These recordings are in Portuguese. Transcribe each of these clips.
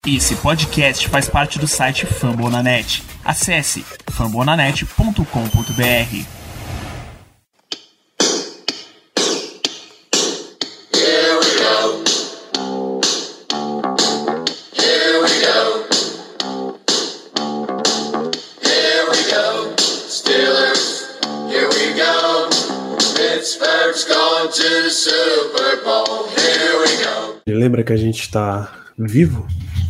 Esse podcast faz parte do site Fambonanet. Acesse fambonanet.com.br. Lembra que a gente está vivo?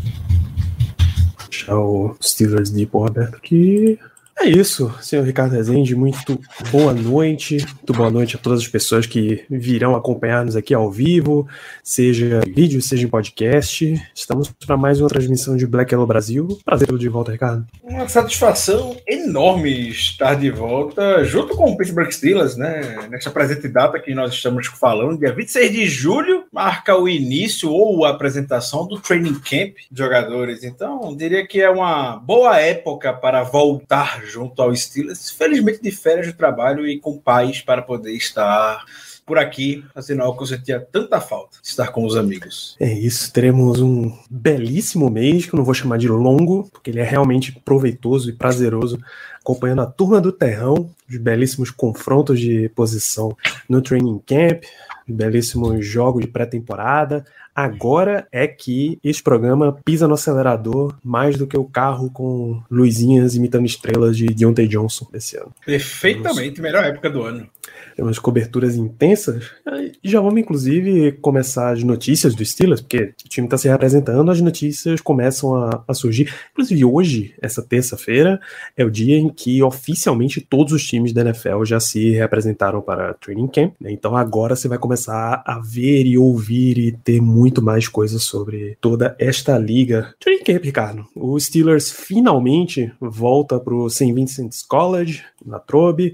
Deixar o Steelers de por aberto aqui. É isso, senhor Ricardo Rezende, muito boa noite a todas as pessoas que virão acompanhar-nos aqui ao vivo, seja em vídeo, seja em podcast. Estamos para mais uma transmissão de Black Yellow Brasil. Prazer tê-lo de volta, Ricardo. Uma satisfação enorme estar de volta, junto com o Pittsburgh Steelers, né? Nesta presente data que nós estamos falando, dia 26 de julho, marca o início ou a apresentação do training camp de jogadores. Então, diria que é uma boa época para voltar junto ao Steelers, felizmente de férias de trabalho e com paz para poder estar por aqui, fazendo algo que eu sentia tanta falta, estar com os amigos. É isso, teremos um belíssimo mês, que eu não vou chamar de longo, porque ele é realmente proveitoso e prazeroso, acompanhando a turma do terrão, os belíssimos confrontos de posição no training camp, os belíssimos jogos de pré-temporada. Agora é que esse programa pisa no acelerador mais do que o carro com luzinhas imitando estrelas de Deontay Johnson desse ano. Perfeitamente, melhor época do ano. Temos coberturas intensas. Já vamos, inclusive, começar as notícias do Steelers, porque o time está se representando, as notícias começam a surgir. Inclusive, hoje, essa terça-feira, é o dia em que oficialmente todos os times da NFL já se representaram para Training Camp, né? Então agora você vai começar a ver e ouvir e ter muito mais coisas sobre toda esta liga. Training Camp, Ricardo. O Steelers finalmente volta para o St. Vincent's College, na Trobe,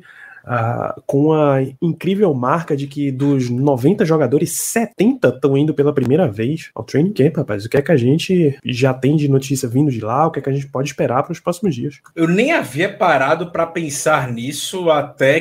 com a incrível marca de que dos 90 jogadores, 70 estão indo pela primeira vez ao training camp, rapaz. O que é que a gente já tem de notícia vindo de lá? O que é que a gente pode esperar para os próximos dias? Eu nem havia parado para pensar nisso até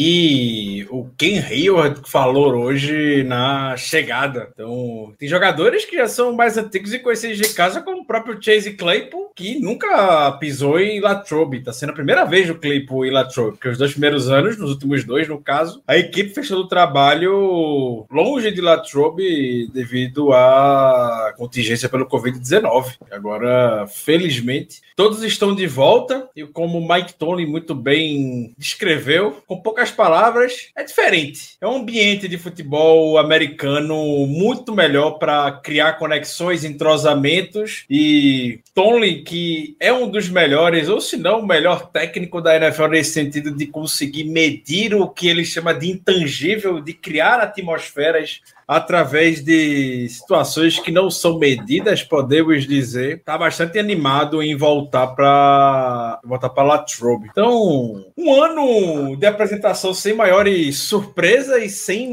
que o Ken Hayward falou hoje na chegada. Então, tem jogadores que já são mais antigos e conhecidos de casa, como o próprio Chase Claypool, que nunca pisou em Latrobe. Tá sendo a primeira vez do Claypool em Latrobe, porque os 2 primeiros anos, nos últimos 2, no caso, a equipe fechou o trabalho longe de Latrobe devido à contingência pelo Covid-19. Agora, felizmente, todos estão de volta e, como o Mike Tomlin muito bem descreveu, com poucas palavras, é diferente. É um ambiente de futebol americano muito melhor para criar conexões, entrosamentos, e Tomlin, que é um dos melhores, ou se não o melhor técnico da NFL nesse sentido de conseguir medir o que ele chama de intangível, de criar atmosferas através de situações que não são medidas, podemos dizer, está bastante animado em voltar para Latrobe. Então, um ano de apresentação sem maiores surpresas, sem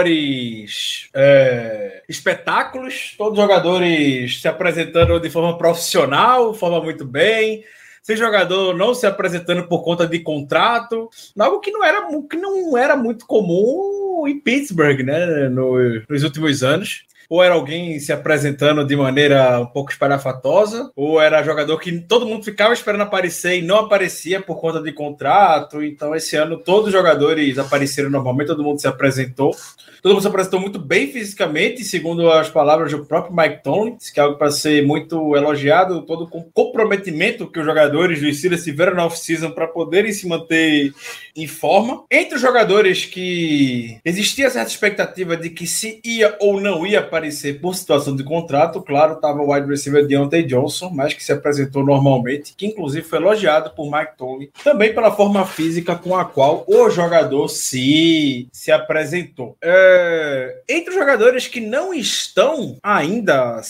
maiores espetáculos, todos os jogadores se apresentando de forma profissional, de forma muito bem, sem jogador não se apresentando por conta de contrato, algo que não era muito comum em Pittsburgh, né, nos últimos anos. Ou era alguém se apresentando de maneira um pouco espalhafatosa, ou era jogador que todo mundo ficava esperando aparecer e não aparecia por conta de contrato. Então, esse ano, todos os jogadores apareceram normalmente, todo mundo se apresentou. Todo mundo se apresentou muito bem fisicamente, segundo as palavras do próprio Mike Tomlin, que é algo para ser muito elogiado, todo o comprometimento que os jogadores do Steelers tiveram na off-season para poderem se manter em forma. Entre os jogadores que existia certa expectativa de que se ia ou não ia aparecer por situação de contrato, claro, estava o wide receiver Deontay Johnson, mas que se apresentou normalmente, que inclusive foi elogiado por Mike Tomlin, também pela forma física com a qual o jogador se apresentou. Entre os jogadores que não estão ainda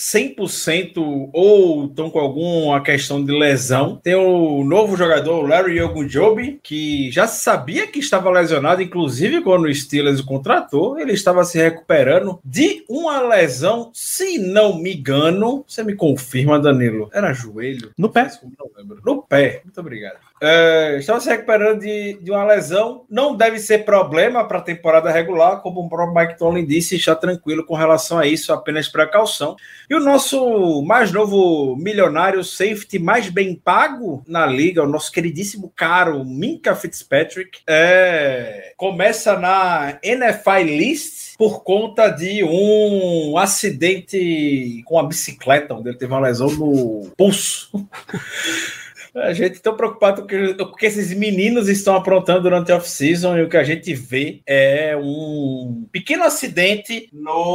100% ou estão com alguma questão de lesão, tem o novo jogador Larry Ogunjobi, que já sabia que estava lesionado, inclusive quando o Steelers o contratou, ele estava se recuperando de uma lesão, se não me engano, você me confirma, Danilo, era joelho? No pé? Não lembro. No pé. Muito obrigado. Estava se recuperando de uma lesão. Não deve ser problema para a temporada regular, como o próprio Mike Tomlin disse, está tranquilo com relação a isso, apenas precaução. E o nosso mais novo milionário safety mais bem pago na liga, o nosso queridíssimo caro Minkah Fitzpatrick, começa na NFL List por conta de um acidente com a bicicleta, onde ele teve uma lesão no pulso. A gente tá preocupado com o que esses meninos estão aprontando durante a off-season, e o que a gente vê é um pequeno acidente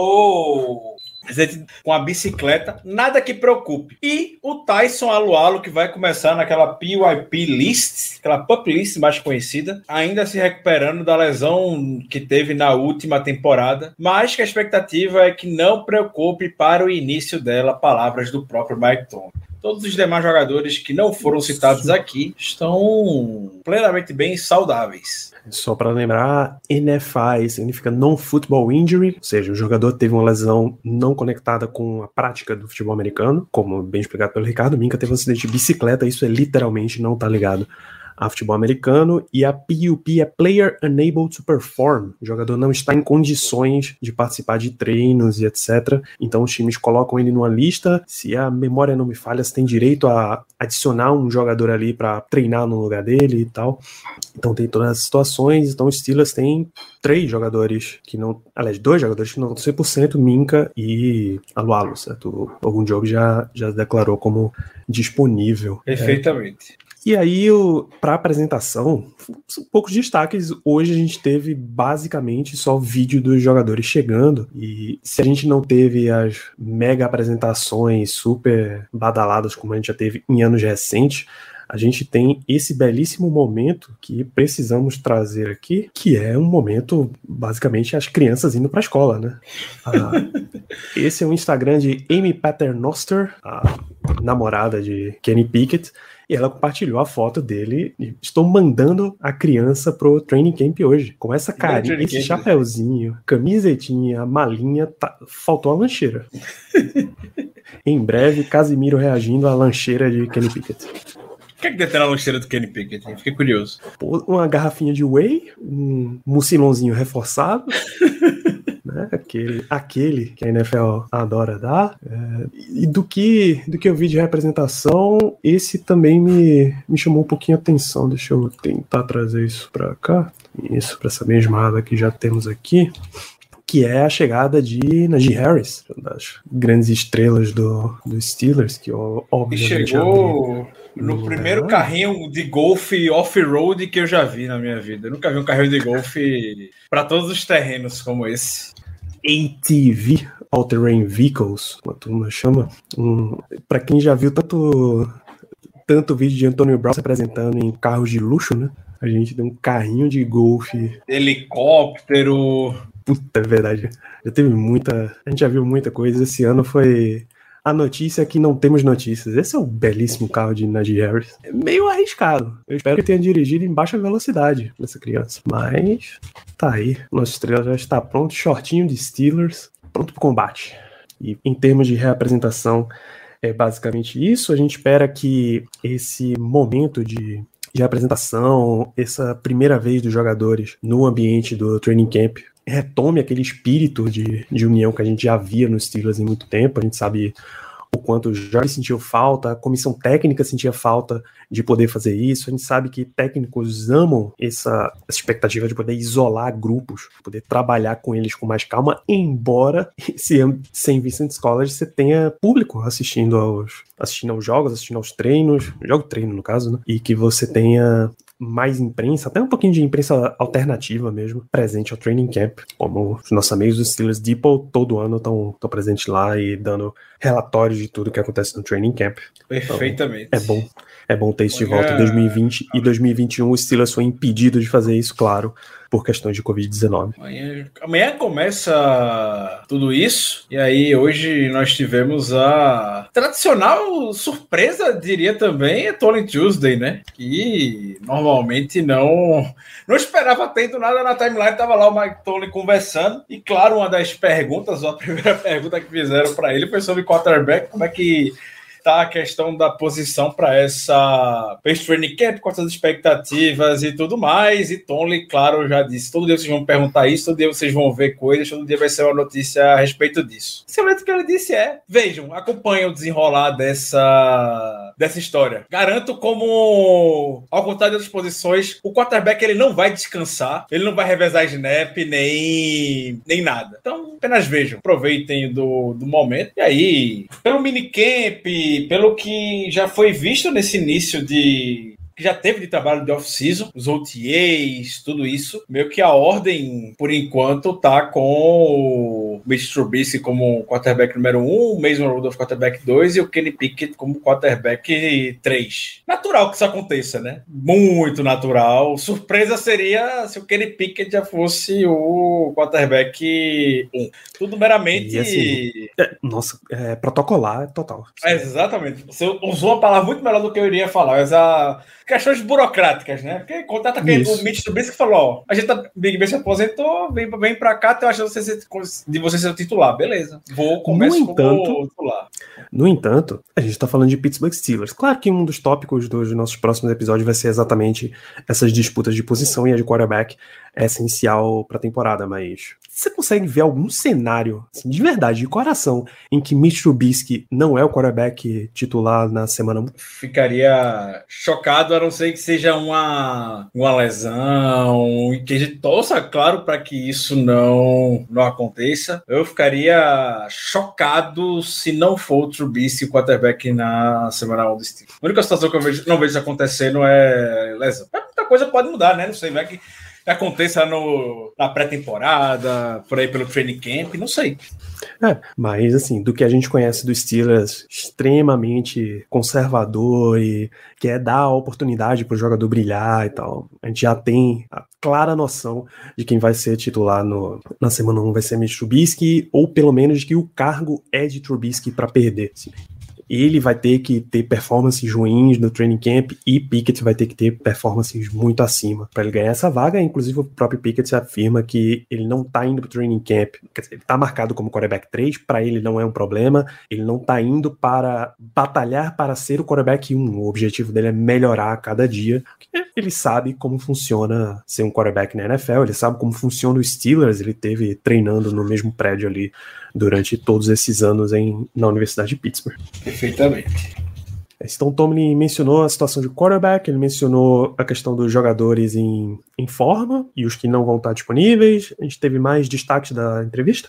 com a bicicleta, nada que preocupe. E o Tyson Alualo, que vai começar naquela PYP List, aquela Pup List mais conhecida, ainda se recuperando da lesão que teve na última temporada, mas que a expectativa é que não preocupe para o início dela, palavras do próprio Mike Tomlin. Todos os demais jogadores que não foram citados aqui estão plenamente bem saudáveis. Só para lembrar, NFI significa Non-Football Injury, ou seja, o jogador teve uma lesão não conectada com a prática do futebol americano, como bem explicado pelo Ricardo. Minkah teve um acidente de bicicleta, isso literalmente não está ligado a futebol americano. E a PUP é Player Unable to Perform, o jogador não está em condições de participar de treinos e etc. Então os times colocam ele numa lista. Se a memória não me falha, você tem direito a adicionar um jogador ali para treinar no lugar dele e tal. Então tem todas as situações. Então os Steelers têm 2 jogadores que não estão 100%, Minkah e Alualo, certo? Algum jogo já declarou como disponível. Perfeitamente. E aí, para apresentação, poucos destaques. Hoje a gente teve basicamente só vídeo dos jogadores chegando. E se a gente não teve as mega apresentações super badaladas como a gente já teve em anos recentes, a gente tem esse belíssimo momento que precisamos trazer aqui, que é um momento, basicamente, as crianças indo para a escola, né? Esse é o Instagram de Amy Paternoster, a namorada de Kenny Pickett, e ela compartilhou a foto dele. E estou mandando a criança pro training camp hoje. Com essa carinha, esse chapéuzinho, camisetinha, malinha, faltou a lancheira. Em breve, Casimiro reagindo à lancheira de Kenny Pickett. O que deve ter na lancheira do Kenny Pickett? Fiquei curioso. Uma garrafinha de whey, um mucilãozinho reforçado, né? Aquele que a NFL adora dar. E do que eu vi de representação, esse também me chamou um pouquinho a atenção. Deixa eu tentar trazer isso para cá. Isso, para essa mesma aba que já temos aqui, que é a chegada de Najee Harris, das grandes estrelas do Steelers, que obviamente chegou no primeiro carrinho de golfe off-road que eu já vi na minha vida. Eu nunca vi um carrinho de golfe para todos os terrenos como esse. ATV, All Terrain Vehicles, como a turma chama. Para quem já viu tanto vídeo de Antonio Brown se apresentando em carros de luxo, né? A gente tem um carrinho de golfe. Helicóptero. Puta, é verdade. A gente já viu muita coisa. Esse ano foi a notícia que não temos notícias. Esse é o belíssimo carro de Najee Harris. É meio arriscado. Eu espero que tenha dirigido em baixa velocidade nessa criança. Mas tá aí. Nossa estrela já está pronto. Shortinho de Steelers. Pronto pro combate. E em termos de reapresentação, é basicamente isso. A gente espera que esse momento de apresentação, essa primeira vez dos jogadores no ambiente do training camp, retome aquele espírito de união que a gente já via nos Steelers em muito tempo. A gente sabe o quanto o Jorge sentiu falta, a comissão técnica sentia falta de poder fazer isso. A gente sabe que técnicos amam essa expectativa de poder isolar grupos, poder trabalhar com eles com mais calma, embora sem Vincent's College você tenha público assistindo aos jogos, assistindo aos treinos, jogo-treino no caso, né? E que você tenha mais imprensa, até um pouquinho de imprensa alternativa mesmo, presente ao training camp, como os nossos amigos dos Steelers Depot todo ano estão presentes lá e dando relatórios de tudo que acontece no training camp. Perfeitamente. Então, é bom ter isso de volta. Em 2020 e 2021 o Steelers foi impedido de fazer isso, claro, por questões de Covid-19. Amanhã começa tudo isso, e aí hoje nós tivemos a tradicional surpresa, diria também, é Tony Tuesday, né? Que normalmente não esperava tendo nada na timeline, tava lá o Mike Tomlin conversando, e claro, uma das perguntas, ou a primeira pergunta que fizeram para ele foi sobre quarterback, como é que tá a questão da posição para esse training camp, com as expectativas e tudo mais. E Tomlin, claro, já disse, todo dia vocês vão perguntar isso, todo dia vocês vão ver coisas, todo dia vai ser uma notícia a respeito disso. Simplesmente o que ele disse vejam, acompanhem o desenrolar dessa história. Garanto como, ao contrário das posições, o quarterback ele não vai descansar, ele não vai revezar snap, nem nada. Então, apenas vejam, aproveitem do momento. E aí, pelo minicamp, pelo que já foi visto nesse início que já teve de trabalho de off-season, os OTAs, tudo isso, meio que a ordem, por enquanto, tá com o Mitch Trubisky como quarterback número 1, o Mason Rudolph quarterback 2 e o Kenny Pickett como quarterback 3. Natural que isso aconteça, né? Muito natural. Surpresa seria se o Kenny Pickett já fosse o quarterback 1. Tudo meramente... protocolar total. Exatamente. Você usou uma palavra muito melhor do que eu iria falar, mas questões burocráticas, né? Porque contata aquele o Mitch Trubisky que falou, Big Ben se aposentou, vem pra cá, tem a chance de você ser o titular. Beleza. Começo como titular. No entanto, a gente tá falando de Pittsburgh Steelers. Claro que um dos tópicos dos nossos próximos episódios vai ser exatamente essas disputas de posição e a de quarterback é essencial pra temporada, mas você consegue ver algum cenário, assim, de verdade, de coração, em que Mitch Trubisky não é o quarterback titular na semana 1? Ficaria chocado, a não ser que seja uma lesão, e que a gente torça, claro, para que isso não aconteça. Eu ficaria chocado se não for o Trubisky o quarterback na semana 1 do Steelers. A única situação que eu não vejo acontecendo é lesão. Muita coisa pode mudar, né? Não sei, vai que aconteça na pré-temporada, por aí pelo training camp, não sei. Mas assim, do que a gente conhece do Steelers, extremamente conservador e quer dar a oportunidade para o jogador brilhar e tal, a gente já tem a clara noção de quem vai ser titular na semana 1 vai ser Mitch Trubisky, ou pelo menos de que o cargo é de Trubisky para perder, assim. Ele vai ter que ter performances ruins no training camp e Pickett vai ter que ter performances muito acima para ele ganhar essa vaga. Inclusive o próprio Pickett afirma que ele não tá indo pro training camp, quer dizer, ele tá marcado como quarterback 3, para ele não é um problema, ele não tá indo para batalhar para ser o quarterback 1, o objetivo dele é melhorar a cada dia, porque ele sabe como funciona ser um quarterback na NFL, ele sabe como funciona o Steelers, ele teve treinando no mesmo prédio ali durante todos esses anos na Universidade de Pittsburgh. Perfeitamente. Então, Tomlin mencionou a situação de quarterback, ele mencionou a questão dos jogadores em forma e os que não vão estar disponíveis. A gente teve mais destaques da entrevista?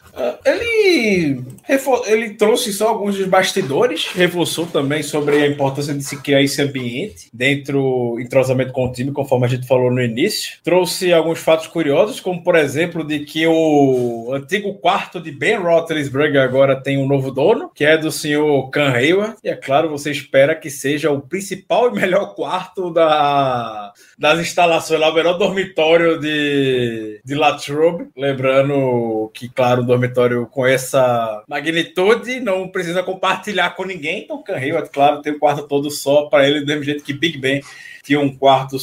Ele trouxe só alguns dos bastidores, reforçou também sobre a importância de se criar esse ambiente dentro do entrosamento com o time, conforme a gente falou no início. Trouxe alguns fatos curiosos, como por exemplo de que o antigo quarto de Ben Roethlisberger agora tem um novo dono, que é do senhor Cam Hayward, e é claro, você espera que seja o principal e melhor quarto das instalações, lá o melhor dormitório de Latrobe, lembrando que, claro, o dormitório com essa magnitude não precisa compartilhar com ninguém, então o Cam Hayward, claro, tem o quarto todo só para ele, do mesmo jeito que Big Ben tinha um quarto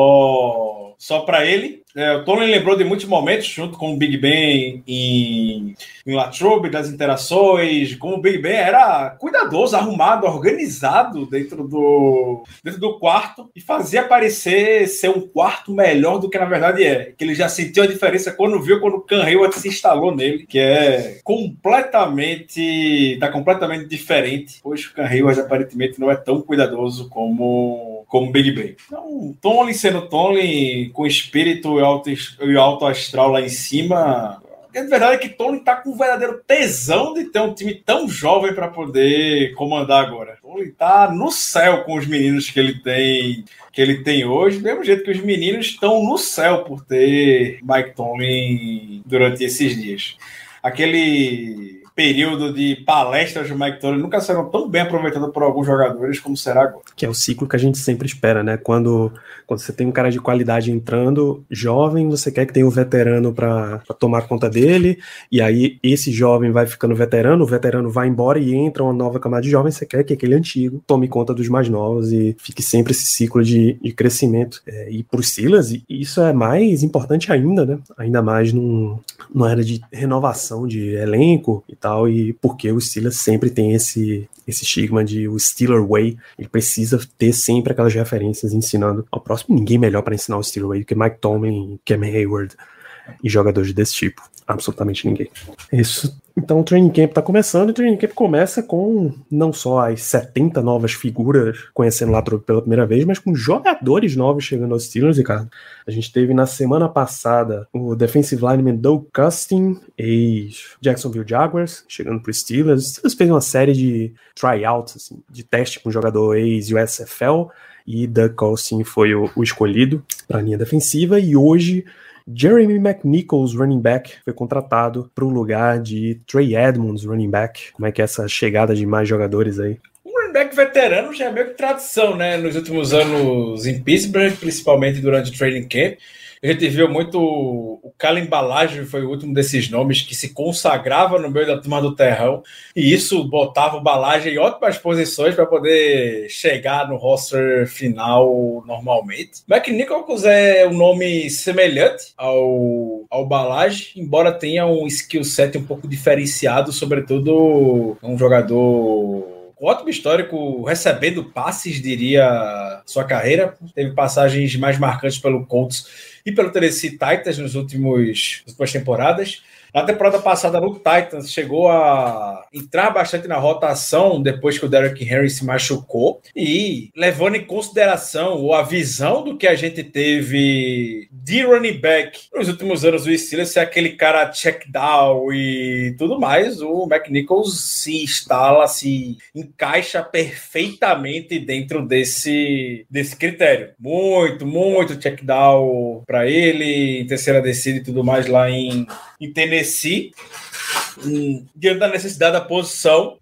só para ele. O Tony lembrou de muitos momentos junto com o Big Ben em Latrobe, das interações, como o Big Ben era cuidadoso, arrumado, organizado dentro do quarto e fazia parecer ser um quarto melhor do que na verdade é. Que ele já sentiu a diferença quando o Cam Hayward se instalou nele, que tá completamente diferente, pois o Cam Hayward aparentemente não é tão cuidadoso como Big Ben. Então, Tony sendo Tony, com espírito e alto astral lá em cima. A verdade é que Tony tá com um verdadeiro tesão de ter um time tão jovem para poder comandar agora. Tony tá no céu com os meninos que ele tem hoje, do mesmo jeito que os meninos estão no céu por ter Mike Tomlin durante esses dias. Aquele período de palestras de Mike Tomlin nunca serão tão bem aproveitados por alguns jogadores como será agora. Que é o ciclo que a gente sempre espera, né? Quando você tem um cara de qualidade entrando, jovem, você quer que tenha um veterano para tomar conta dele, e aí esse jovem vai ficando veterano, o veterano vai embora e entra uma nova camada de jovens, você quer que aquele antigo tome conta dos mais novos e fique sempre esse ciclo de crescimento. E para os Steelers, isso é mais importante ainda, né? Ainda mais numa era de renovação de elenco e tal, e porque o Steelers sempre tem esse estigma de o Steeler Way, ele precisa ter sempre aquelas referências ensinando ao próximo. Ninguém melhor para ensinar o Steeler Way do que Mike Tomlin, Cam Hayward e jogadores desse tipo. Absolutamente ninguém. Isso. Então o Training Camp tá começando, e o Training Camp começa com não só as 70 novas figuras conhecendo lá pela primeira vez, mas com jogadores novos chegando aos Steelers, Ricardo. A gente teve na semana passada o defensive lineman Doug Custin, ex-Jacksonville Jaguars, chegando pro Steelers. O Steelers fez uma série de tryouts, assim, de teste com um jogador ex-USFL, e Doug Custin foi o escolhido para a linha defensiva, e hoje Jeremy McNichols, running back, foi contratado para o lugar de Trey Edmonds, running back. Como é que é essa chegada de mais jogadores aí? Um running back veterano já é meio que tradição, né? Nos últimos anos em Pittsburgh, principalmente durante o training camp. A gente viu muito o Kalen Ballage, foi o último desses nomes que se consagrava no meio da turma do terrão, e isso botava o Ballage em ótimas posições para poder chegar no roster final normalmente. McNichols é um nome semelhante ao Ballage, embora tenha um skill set um pouco diferenciado, sobretudo um jogador com ótimo histórico, recebendo passes, diria, sua carreira. Teve passagens mais marcantes pelo Colts e pelo Tennessee Titans nas últimas temporadas. Na temporada passada, no Titans, chegou a entrar bastante na rotação depois que o Derrick Henry se machucou. E levando em consideração a visão do que a gente teve de running back nos últimos anos do Steelers, ser aquele cara check down e tudo mais, o McNichols se instala, se encaixa perfeitamente dentro desse critério. Muito check down para ele, em terceira descida e tudo mais lá em Tennessee. Diante da necessidade da posição,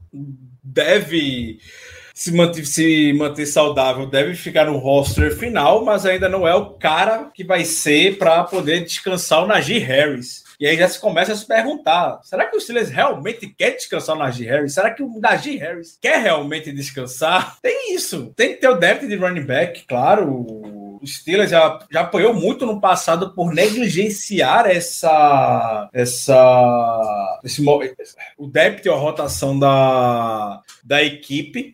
deve se manter saudável, deve ficar no roster final, mas ainda não é o cara que vai ser para poder descansar o Najee Harris. E aí já se começa a se perguntar, será que o Steelers realmente quer descansar o Najee Harris? Será que o Najee Harris quer realmente descansar? Tem isso. Tem que ter o depth de running back, claro. O Steelers já apoiou muito no passado por negligenciar o depth ou a rotação da equipe.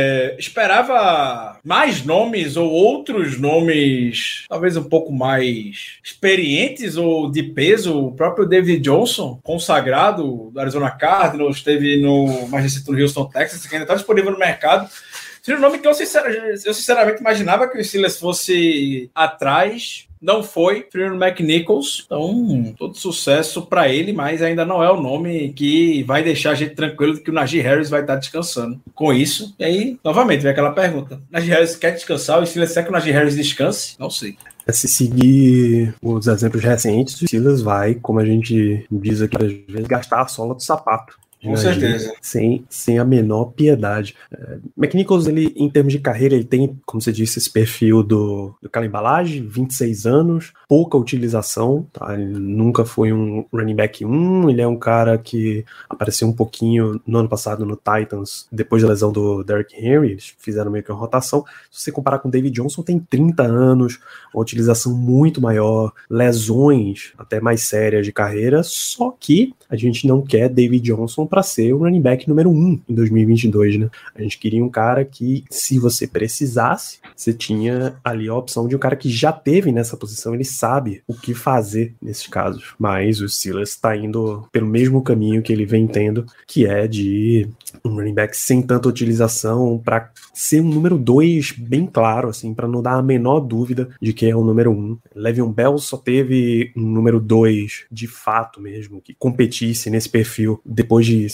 Esperava mais nomes ou outros nomes, talvez um pouco mais experientes ou de peso. O próprio David Johnson, consagrado do Arizona Cardinals, esteve mais recente no Houston Texans, que ainda está disponível no mercado. Seria um nome que eu sinceramente imaginava que o Steelers fosse atrás. Não foi. Freeman McNichols. Então, todo sucesso para ele, mas ainda não é o nome que vai deixar a gente tranquilo de que o Najee Harris vai estar descansando. Com isso, e aí, novamente, vem aquela pergunta. Najee Harris quer descansar? O Steelers quer que o Najee Harris descanse? Não sei. Se seguir os exemplos recentes, o Steelers vai, como a gente diz aqui às vezes, gastar a sola do sapato. Com certeza. Sem a menor piedade. McNichols, ele, em termos de carreira, ele tem, como você disse, esse perfil do Kalen Ballage, 26 anos, pouca utilização, tá? Ele nunca foi um running back 1, ele é um cara que apareceu um pouquinho no ano passado no Titans, depois da lesão do Derrick Henry, eles fizeram meio que uma rotação. Se você comparar com o David Johnson, tem 30 anos, uma utilização muito maior, lesões até mais sérias de carreira, só que a gente não quer David Johnson para ser o running back número 1 em 2022, né? A gente queria um cara que, se você precisasse, você tinha ali a opção de um cara que já teve nessa posição, ele sabe o que fazer nesses casos. Mas o Steelers está indo pelo mesmo caminho que ele vem tendo, que é de um running back sem tanta utilização, para ser um número 2 bem claro, assim, para não dar a menor dúvida de quem é o número 1. Le'Veon Bell só teve um número 2 de fato mesmo, que competisse nesse perfil depois de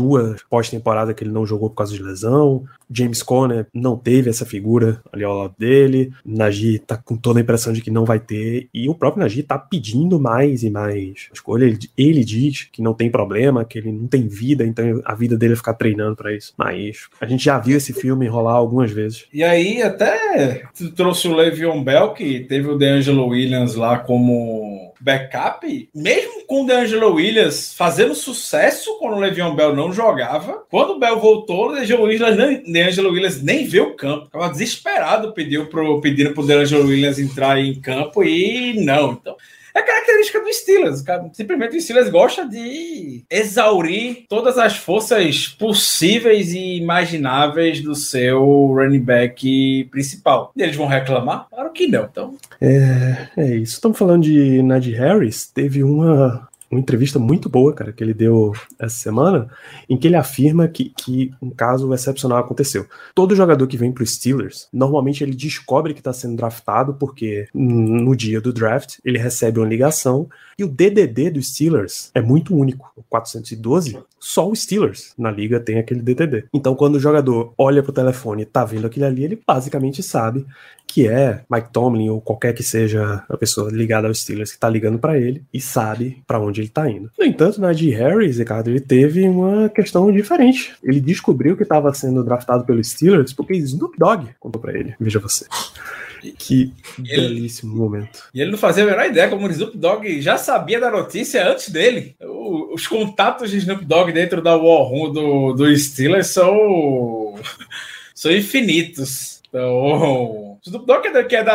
2 pós-temporada que ele não jogou por causa de lesão. James Conner não teve essa figura ali ao lado dele. Najee tá com toda a impressão de que não vai ter, e o próprio Najee tá pedindo mais e mais escolha. Ele diz que não tem problema, que ele não tem vida, então a vida dele é ficar treinando pra isso. Mas a gente já viu esse filme rolar algumas vezes. E aí até trouxe o Le'Veon Bell, que teve o DeAngelo Williams lá como backup. Mesmo com o DeAngelo Williams fazendo sucesso quando o Le'Veon Bell não jogava, quando o Bell voltou, o DeAngelo Williams nem viu o campo. Ficava desesperado pedindo pro DeAngelo Williams entrar em campo e não. Então, É característica do Steelers. Simplesmente o Steelers gosta de exaurir todas as forças possíveis e imagináveis do seu running back principal. E eles vão reclamar? Claro que não. Então... É isso. Estamos falando de Najee Harris. Teve uma entrevista muito boa, cara, que ele deu essa semana, em que ele afirma que um caso excepcional aconteceu. Todo jogador que vem pro Steelers, normalmente ele descobre que está sendo draftado, porque no dia do draft ele recebe uma ligação, e o DDD do Steelers é muito único. O 412, só o Steelers na liga tem aquele DDD. Então, quando o jogador olha pro telefone e tá vendo aquilo ali, ele basicamente sabe que é Mike Tomlin ou qualquer que seja a pessoa ligada aos Steelers que tá ligando pra ele e sabe pra onde ele tá indo. No entanto, Najee Harris, Ricardo, ele teve uma questão diferente. Ele descobriu que estava sendo draftado pelos Steelers porque Snoop Dogg contou pra ele. Veja você. Que belíssimo momento. E ele não fazia a menor ideia como o Snoop Dogg já sabia da notícia antes dele. Os contatos de Snoop Dogg dentro da War Room do Steelers são infinitos. Então, Snoop Dogg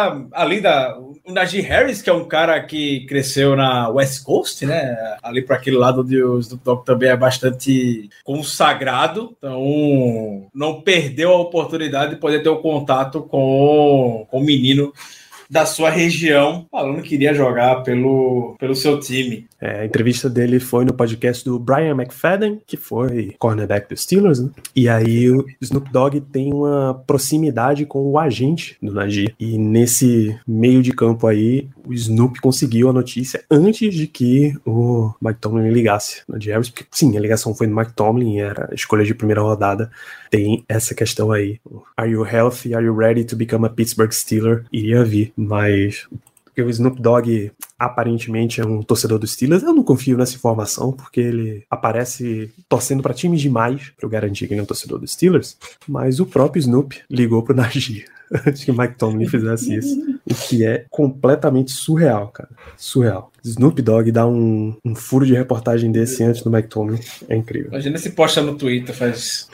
o Najee Harris, que é um cara que cresceu na West Coast, né? Ali para aquele lado onde o Snoop Dogg também é bastante consagrado. Então, não perdeu a oportunidade de poder ter o contato com o menino da sua região, falando que iria jogar pelo seu time. A entrevista dele foi no podcast do Brian McFadden, que foi cornerback dos Steelers, né? E aí o Snoop Dogg tem uma proximidade com o agente do Najee. E nesse meio de campo aí, o Snoop conseguiu a notícia antes de que o Mike Tomlin ligasse no Najee Harris, porque sim, a ligação foi no Mike Tomlin, era a escolha de primeira rodada. Tem essa questão aí. Are you healthy? Are you ready to become a Pittsburgh Steeler? Iria vir, mas... porque o Snoop Dogg aparentemente é um torcedor dos Steelers. Eu não confio nessa informação, porque ele aparece torcendo para times demais para eu garantir que ele é um torcedor dos Steelers, mas o próprio Snoop ligou pro Najee antes que o Mike Tomlin fizesse isso, o que é completamente surreal, cara. Surreal. Snoop Dogg dá um furo de reportagem desse antes do Mike Tomlin. É incrível. Imagina se posta no Twitter, faz...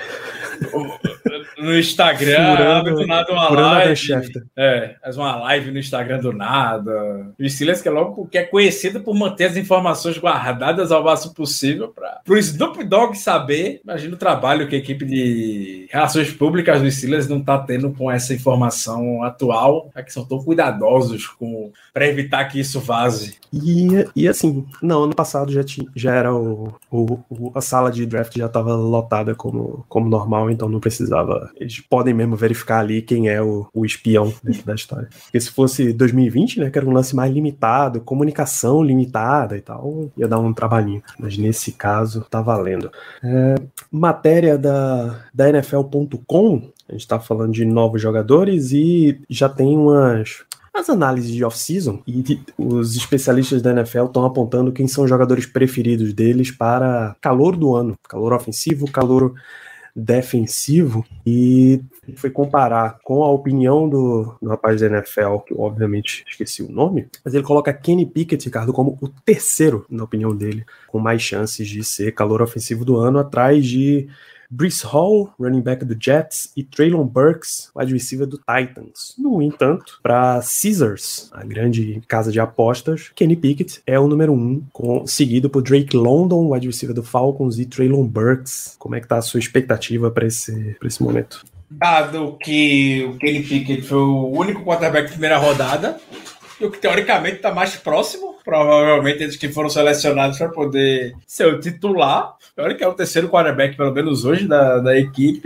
no Instagram, abre do nada uma live. Faz uma live no Instagram do nada. O Steelers que é conhecido por manter as informações guardadas ao máximo possível para o Snoop Dogg saber. Imagina o trabalho que a equipe de relações públicas do Steelers não está tendo com essa informação atual, que são tão cuidadosos para evitar que isso vaze. E assim, no ano passado já era a sala de draft já estava lotada como normal, então não precisava. Eles podem mesmo verificar ali quem é o espião dentro da história. Porque se fosse 2020, né, que era um lance mais limitado, comunicação limitada e tal, ia dar um trabalhinho. Mas nesse caso, tá valendo. Matéria da NFL.com, a gente tá falando de novos jogadores e já tem as análises de off-season, e os especialistas da NFL estão apontando quem são os jogadores preferidos deles para calor do ano, calor ofensivo, calor defensivo, e foi comparar com a opinião do rapaz da NFL, que eu obviamente esqueci o nome, mas ele coloca Kenny Pickett, Ricardo, como o terceiro, na opinião dele, com mais chances de ser calor ofensivo do ano, atrás de Breece Hall, running back do Jets, e Treylon Burks, wide receiver do Titans. No entanto, para Caesars, a grande casa de apostas, Kenny Pickett é o número 1, seguido por Drake London, wide receiver do Falcons, e Treylon Burks. Como é que tá a sua expectativa para esse momento? Dado que o Kenny Pickett foi o único quarterback de primeira rodada, e o que teoricamente está mais próximo, provavelmente eles que foram selecionados para poder ser o titular, pior que é o terceiro quarterback, pelo menos hoje, da equipe,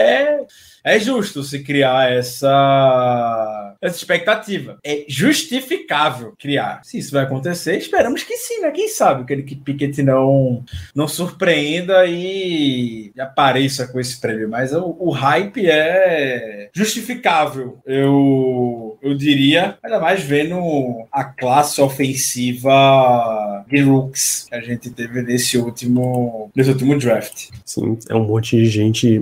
é justo se criar essa expectativa. É justificável criar. Se isso vai acontecer, esperamos que sim, né? Quem sabe que Pickett não surpreenda e apareça com esse prêmio. Mas o hype é justificável, eu diria, ainda mais vendo a classe ofensiva de rookies que a gente teve nesse último draft. Sim, é um monte de gente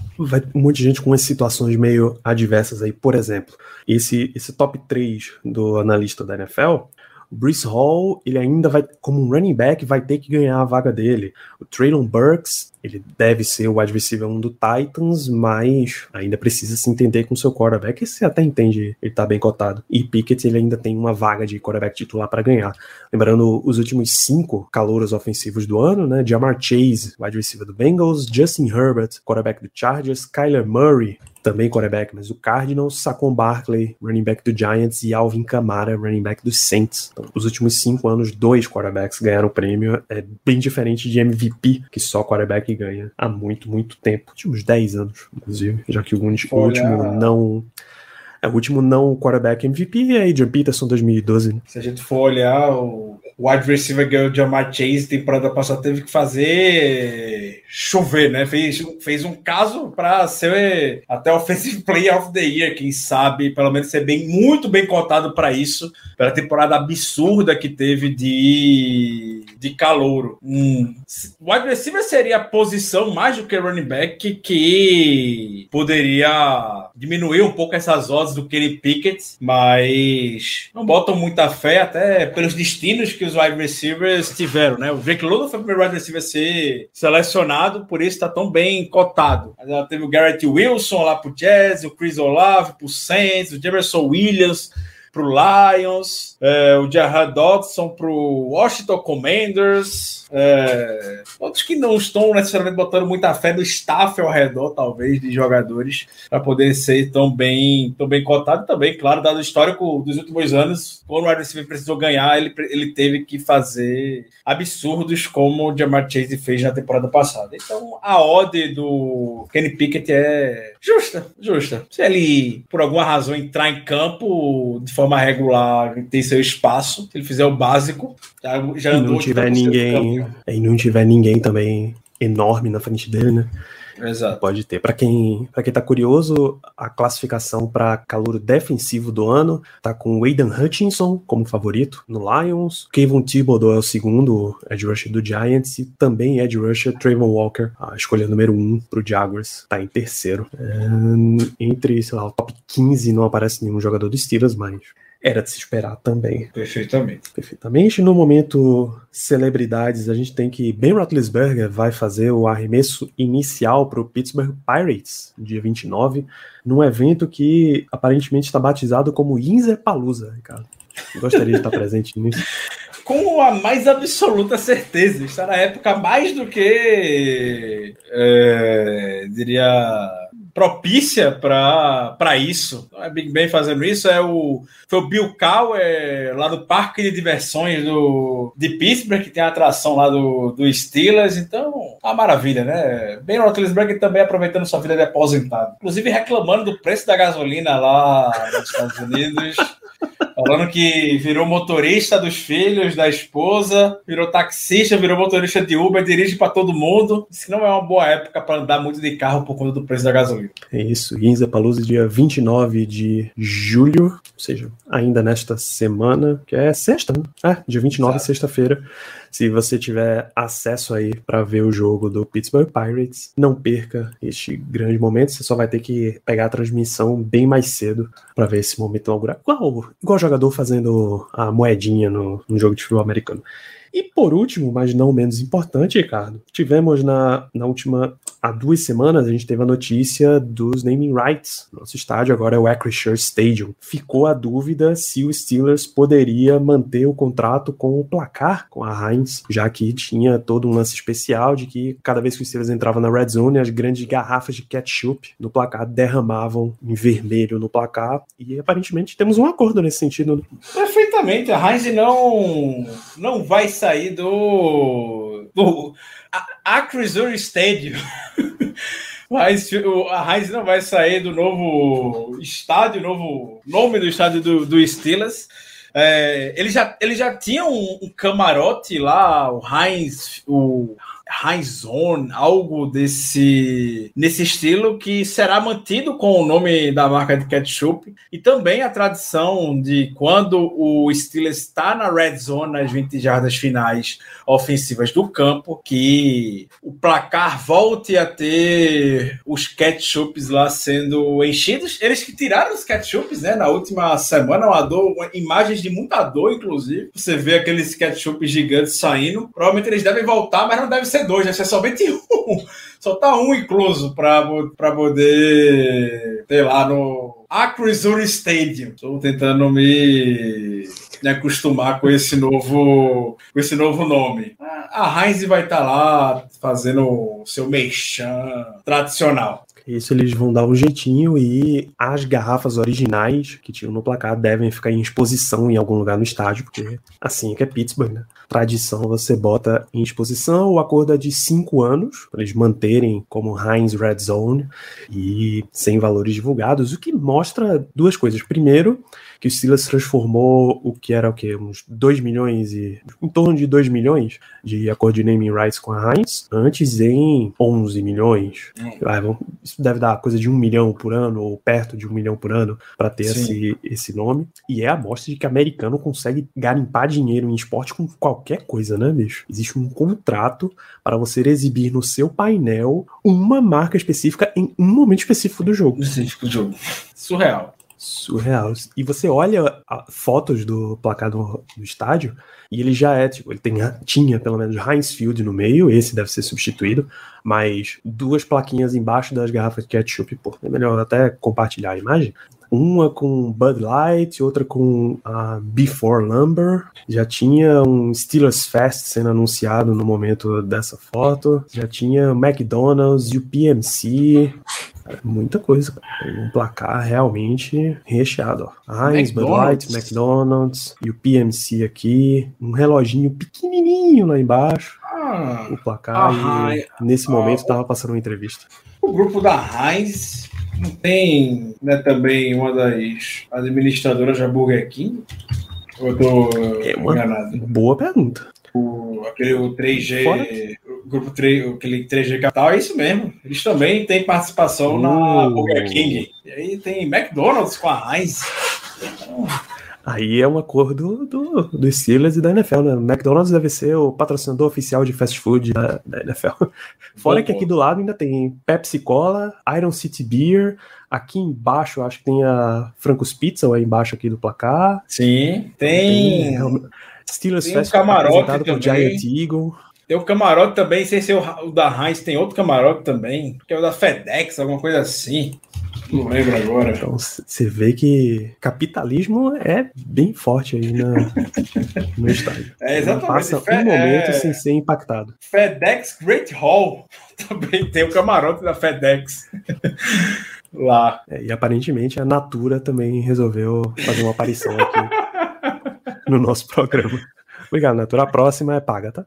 com situações meio adversas aí. Por exemplo, esse top 3 do analista da NFL, o Breece Hall, ele ainda vai, como um running back, vai ter que ganhar a vaga dele. O Treylon Burks ele deve ser o wide receiver 1 do Titans, mas ainda precisa se entender com o seu quarterback, e você até entende, ele tá bem cotado. E Pickett, ele ainda tem uma vaga de quarterback titular para ganhar. Lembrando, os últimos 5 calouros ofensivos do ano, né? Ja'Marr Chase, wide receiver do Bengals, Justin Herbert, quarterback do Chargers, Kyler Murray, também quarterback, mas do Cardinals, Saquon Barkley, running back do Giants, e Alvin Kamara, running back do Saints. Então, os últimos 5 anos, 2 quarterbacks ganharam o prêmio. É bem diferente de MVP, que só quarterback ganha há muito, muito tempo. Últimos 10 anos, inclusive, já que o último não quarterback MVP é Adrian Peterson, 2012. Se a gente for olhar, o wide receiver ganhou o Ja'Marr Chase, temporada passada teve que fazer chover, né? Fez um caso para ser até Offensive Player of the Year, quem sabe, pelo menos ser muito bem cotado para isso, pela temporada absurda que teve de calouro. Wide receiver seria a posição mais do que running back que poderia diminuir um pouco essas odds do Kenny Pickett, mas não botam muita fé, até pelos destinos que os wide receivers tiveram, né? O Drake London foi o primeiro wide receiver a ser selecionado, por isso está tão bem cotado. Mas ela teve o Garrett Wilson lá pro Jazz, o Chris Olave pro Saints, o Jefferson Williams pro Lions, o Jahan Dodson pro Washington Commanders, outros que não estão necessariamente botando muita fé no staff ao redor, talvez, de jogadores, para poder ser tão bem cotado também, claro, dado o histórico dos últimos anos, quando o wide receiver precisou ganhar, ele teve que fazer absurdos como o Ja'Marr Chase fez na temporada passada. Então, a odd do Kenny Pickett é justa. Se ele, por alguma razão, entrar em campo de forma regular e ter seu espaço, se ele fizer o básico, já andou. E não tiver ninguém também enorme na frente dele, né? Exato. Pode ter. Para quem tá curioso, a classificação para calouro defensivo do ano tá com o Aidan Hutchinson como favorito no Lions, Kayvon Thibodeau é o segundo edge rusher do Giants, e também edge rusher Trayvon Walker, a escolha número 1 pro Jaguars, tá em terceiro. Entre, sei lá, o top 15 não aparece nenhum jogador dos Steelers, mas era de se esperar também. Perfeitamente. No momento celebridades, a gente tem que Ben Roethlisberger vai fazer o arremesso inicial para o Pittsburgh Pirates, dia 29, num evento que aparentemente está batizado como Inzerpalooza, Ricardo. Gostaria de estar presente nisso. Com a mais absoluta certeza. Está na época mais do que, diria, propícia para isso. Não é Big Ben fazendo isso, foi o Bill Cowher lá do Parque de Diversões de Pittsburgh, que tem a atração lá do Steelers. Então, uma maravilha, né? Ben Roethlisberger também aproveitando sua vida de aposentado. Inclusive reclamando do preço da gasolina lá nos Estados Unidos. Falando que virou motorista dos filhos, da esposa, virou taxista, virou motorista de Uber, dirige para todo mundo. Isso não é uma boa época para andar muito de carro por conta do preço da gasolina. É isso, Inzerpalooza, dia 29 de julho, ou seja, ainda nesta semana, que é sexta, né? Dia 29, sexta-feira. Se você tiver acesso aí para ver o jogo do Pittsburgh Pirates, não perca este grande momento. Você só vai ter que pegar a transmissão bem mais cedo para ver esse momento inaugural. Igual jogador fazendo a moedinha no jogo de futebol americano. E por último, mas não menos importante, Ricardo, tivemos há 2 semanas, a gente teve a notícia dos naming rights. Nosso estádio agora é o Acrisure Stadium. Ficou a dúvida se o Steelers poderia manter o contrato com o placar, com a Heinz, já que tinha todo um lance especial de que cada vez que o Steelers entrava na red zone, as grandes garrafas de ketchup no placar derramavam em vermelho no placar, e aparentemente temos um acordo nesse sentido. Perfeitamente, a Heinz não vai sair do Acrisure Stadium. Mas a Heinz não vai sair do novo estádio, novo nome do estádio do Steelers. Ele já tinha um camarote lá, o Heinz Zone, algo nesse estilo, que será mantido com o nome da marca de ketchup, e também a tradição de quando o Steelers está na red zone, nas 20 jardas finais ofensivas do campo, que o placar volte a ter os ketchups lá sendo enchidos. Eles que tiraram os ketchups, né, na última semana, imagens de muita dor, inclusive. Você vê aqueles ketchups gigantes saindo. Provavelmente eles devem voltar, mas não deve ser ser 2, vai ser somente um. Só tá um incluso pra poder ter lá no Acrisure Stadium. Estou tentando me acostumar com esse novo nome. A Heinz vai estar lá fazendo o seu merchan tradicional. Isso, eles vão dar um jeitinho e as garrafas originais que tinham no placar devem ficar em exposição em algum lugar no estádio, porque assim é que é Pittsburgh, né? Tradição, você bota em exposição. O acordo é de 5 anos, para eles manterem como Heinz Red Zone e sem valores divulgados, o que mostra duas coisas. Primeiro, que o Steelers transformou o que era uns 2 milhões em torno de 2 milhões de acordo de naming rights com a Heinz, antes em 11 milhões. Isso deve dar coisa de 1 milhão por ano, ou perto de 1 milhão por ano, para ter esse nome. E é a mostra de que americano consegue garimpar dinheiro em esporte com qualquer coisa, né, bicho? Existe um contrato para você exibir no seu painel uma marca específica em um momento específico do jogo. Surreal. E você olha fotos do placar do estádio e ele já é, ele tinha pelo menos Heinz Field no meio, esse deve ser substituído, mas 2 plaquinhas embaixo das garrafas de ketchup, pô, é melhor até compartilhar a imagem. Uma com Bud Light, outra com a Before Lumber. Já tinha um Steelers Fest sendo anunciado no momento dessa foto. Já tinha McDonald's e o PMC. Muita coisa, cara. Um placar realmente recheado. Heinz, Bud Light, McDonald's e o PMC aqui. Um reloginho pequenininho lá embaixo. O placar. Nesse momento estava passando uma entrevista. O grupo da Heinz não tem, né, também uma das administradoras da Burger King? Ou eu tô enganado? Boa pergunta. O 3G, o grupo 3, aquele 3G Capital, é isso mesmo. Eles também têm participação na Burger King. E aí tem McDonald's com a Heinz. Aí é um acordo do Steelers e da NFL, né? O McDonald's deve ser o patrocinador oficial de fast food da NFL. Fora que aqui do lado ainda tem Pepsi Cola, Iron City Beer. Aqui embaixo acho que tem a Francos Pizza, ou aí embaixo aqui do placar. Sim, tem Steelers tem Fest um camarote apresentado por Giant Eagle. Tem o camarote também, sem ser o da Heinz, tem outro camarote também, que é o da FedEx, alguma coisa assim. Não lembro agora. Então você vê que capitalismo é bem forte aí no estádio. Exatamente. Não passa um momento sem ser impactado. FedEx Great Hall. Também tem o camarote da FedEx lá. E aparentemente a Natura também resolveu fazer uma aparição aqui no nosso programa. Obrigado, Natura. A próxima é paga, tá?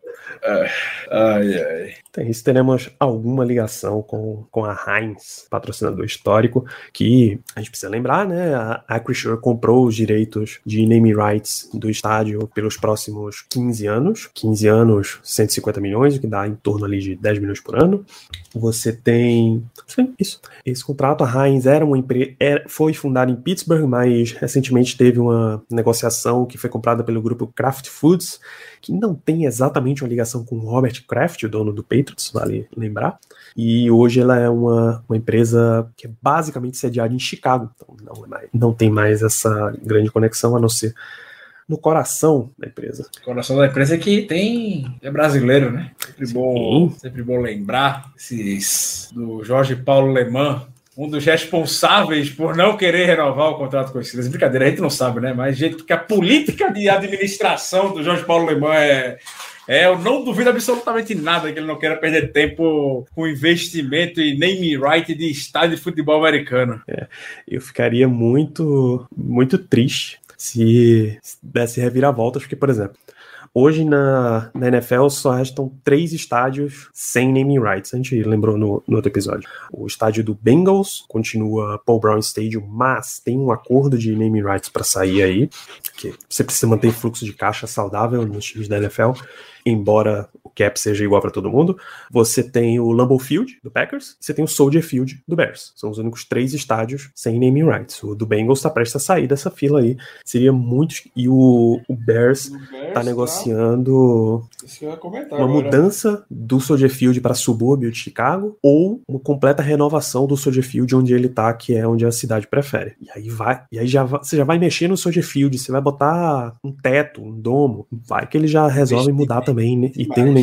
Então, isso, teremos alguma ligação com a Heinz, patrocinador histórico, que a gente precisa lembrar, né? A Acrisure comprou os direitos de naming rights do estádio pelos próximos 15 anos. 15 anos, 150 milhões, o que dá em torno ali de 10 milhões por ano. Você tem... Isso. Esse contrato, a Heinz era uma empresa... foi fundada em Pittsburgh, mas recentemente teve uma negociação que foi comprada pelo grupo Kraft Foods, que não tem exatamente uma ligação com o Robert Kraft, o dono do Patriots, vale lembrar. E hoje ela é uma empresa que é basicamente sediada em Chicago. Então não tem mais essa grande conexão, a não ser no coração da empresa. O coração da empresa que é brasileiro, né? Sempre bom lembrar do Jorge Paulo Lemann, um dos responsáveis por não querer renovar o contrato com os Steelers. Brincadeira, a gente não sabe, né? Mas jeito que a política de administração do Jorge Paulo Lemann eu não duvido absolutamente nada que ele não queira perder tempo com investimento e name right de estádio de futebol americano. Eu ficaria muito, muito triste se desse reviravoltas, porque, por exemplo, hoje na NFL só restam 3 estádios sem naming rights. A gente lembrou no outro episódio. O estádio do Bengals continua Paul Brown Stadium, mas tem um acordo de naming rights para sair aí, que você precisa manter fluxo de caixa saudável nos times da NFL, embora o cap seja igual para todo mundo. Você tem o Lambeau Field, do Packers, você tem o Soldier Field, do Bears. São os únicos 3 estádios sem naming rights. O do Bengals está prestes a sair dessa fila aí. Seria muito... E o Bears está negociando uma mudança do Soldier Field para subúrbio de Chicago, ou uma completa renovação do Soldier Field onde ele está, que é onde a cidade prefere. E aí você já vai mexer no Soldier Field, você vai botar um teto, um domo, vai que ele já resolve mudar também, né? E tem um naming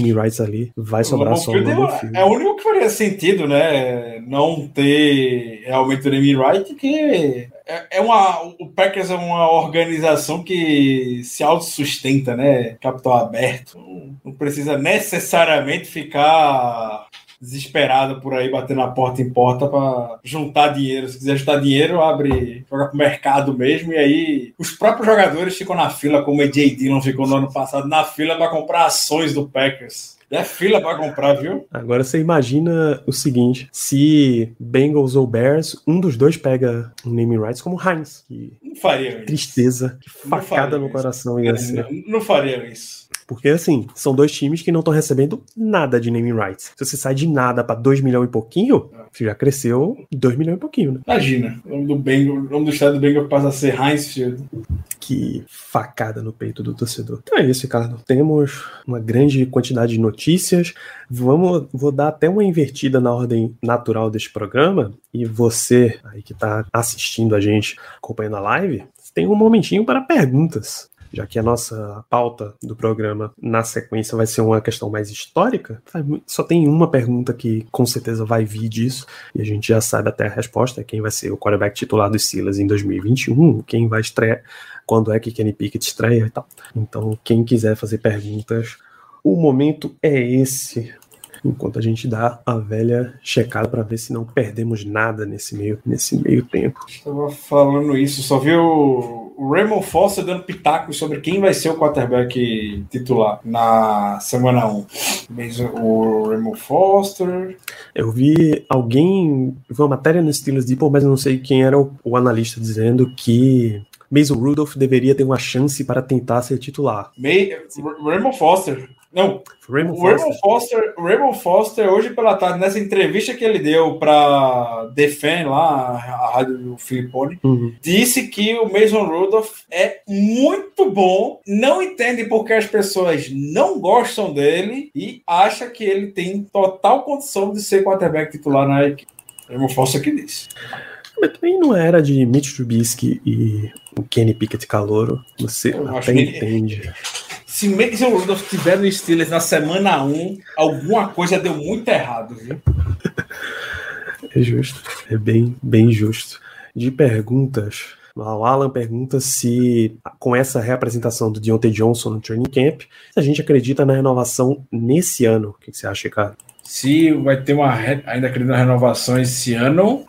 naming rights ali, vai sobrar só o Lambeau Field. É o único que faria sentido, né? Não ter realmente o naming right, que o Packers é uma organização que se autossustenta, né? Capital aberto. Não precisa necessariamente ficar desesperado por aí, batendo na porta em porta para juntar dinheiro. Se quiser juntar dinheiro, joga pro mercado mesmo, e aí os próprios jogadores ficam na fila, como o AJ Dillon ficou no ano passado, na fila para comprar ações do Packers. É fila para comprar, viu? Agora você imagina o seguinte, se Bengals ou Bears, um dos dois pega um naming rights como Heinz. Não faria isso. Tristeza, que facada no coração ia ser. Não faria isso. Porque, assim, são dois times que não estão recebendo nada de naming rights. Se você sai de nada para 2 milhões e pouquinho, você já cresceu 2 milhões e pouquinho, né? Imagina, o nome do estado do Bengal passa a ser Heinz Field. Que facada no peito do torcedor. Então é isso, Ricardo. Temos uma grande quantidade de notícias. Vou dar até uma invertida na ordem natural deste programa. E você aí que está assistindo a gente, acompanhando a live, tem um momentinho para perguntas. Já que a nossa pauta do programa, na sequência, vai ser uma questão mais histórica, só tem uma pergunta que com certeza vai vir disso, e a gente já sabe até a resposta, quem vai ser o quarterback titular dos Steelers em 2021, quem vai estrear, quando é que Kenny Pickett estreia e tal. Então, quem quiser fazer perguntas, o momento é esse, enquanto a gente dá a velha checada para ver se não perdemos nada nesse meio tempo. Estava falando isso, só vi o Raymond Foster dando pitaco sobre quem vai ser o quarterback titular na semana 1. O Raymond Foster... Eu vi uma matéria no Steelers Depot, mas eu não sei quem era o analista dizendo que Mason Rudolph deveria ter uma chance para tentar ser titular. Raymond Foster... Não, o Raymond Foster, hoje pela tarde, nessa entrevista que ele deu para The Fan, lá, a rádio do Filippone, disse que o Mason Rudolph é muito bom, não entende porque as pessoas não gostam dele e acha que ele tem total condição de ser quarterback titular na equipe. Raymond Foster que disse. Mas também não era de Mitch Trubisky e o Kenny Pickett calouro, você até entende. Se Mason Rudolph estiver no Steelers na semana 1, alguma coisa deu muito errado, viu? É justo, é bem justo. De perguntas, o Alan pergunta se, com essa reapresentação do Deontay Johnson no training camp, a gente acredita na renovação nesse ano. O que você acha, cara? Se vai ter ainda acredito na renovação esse ano,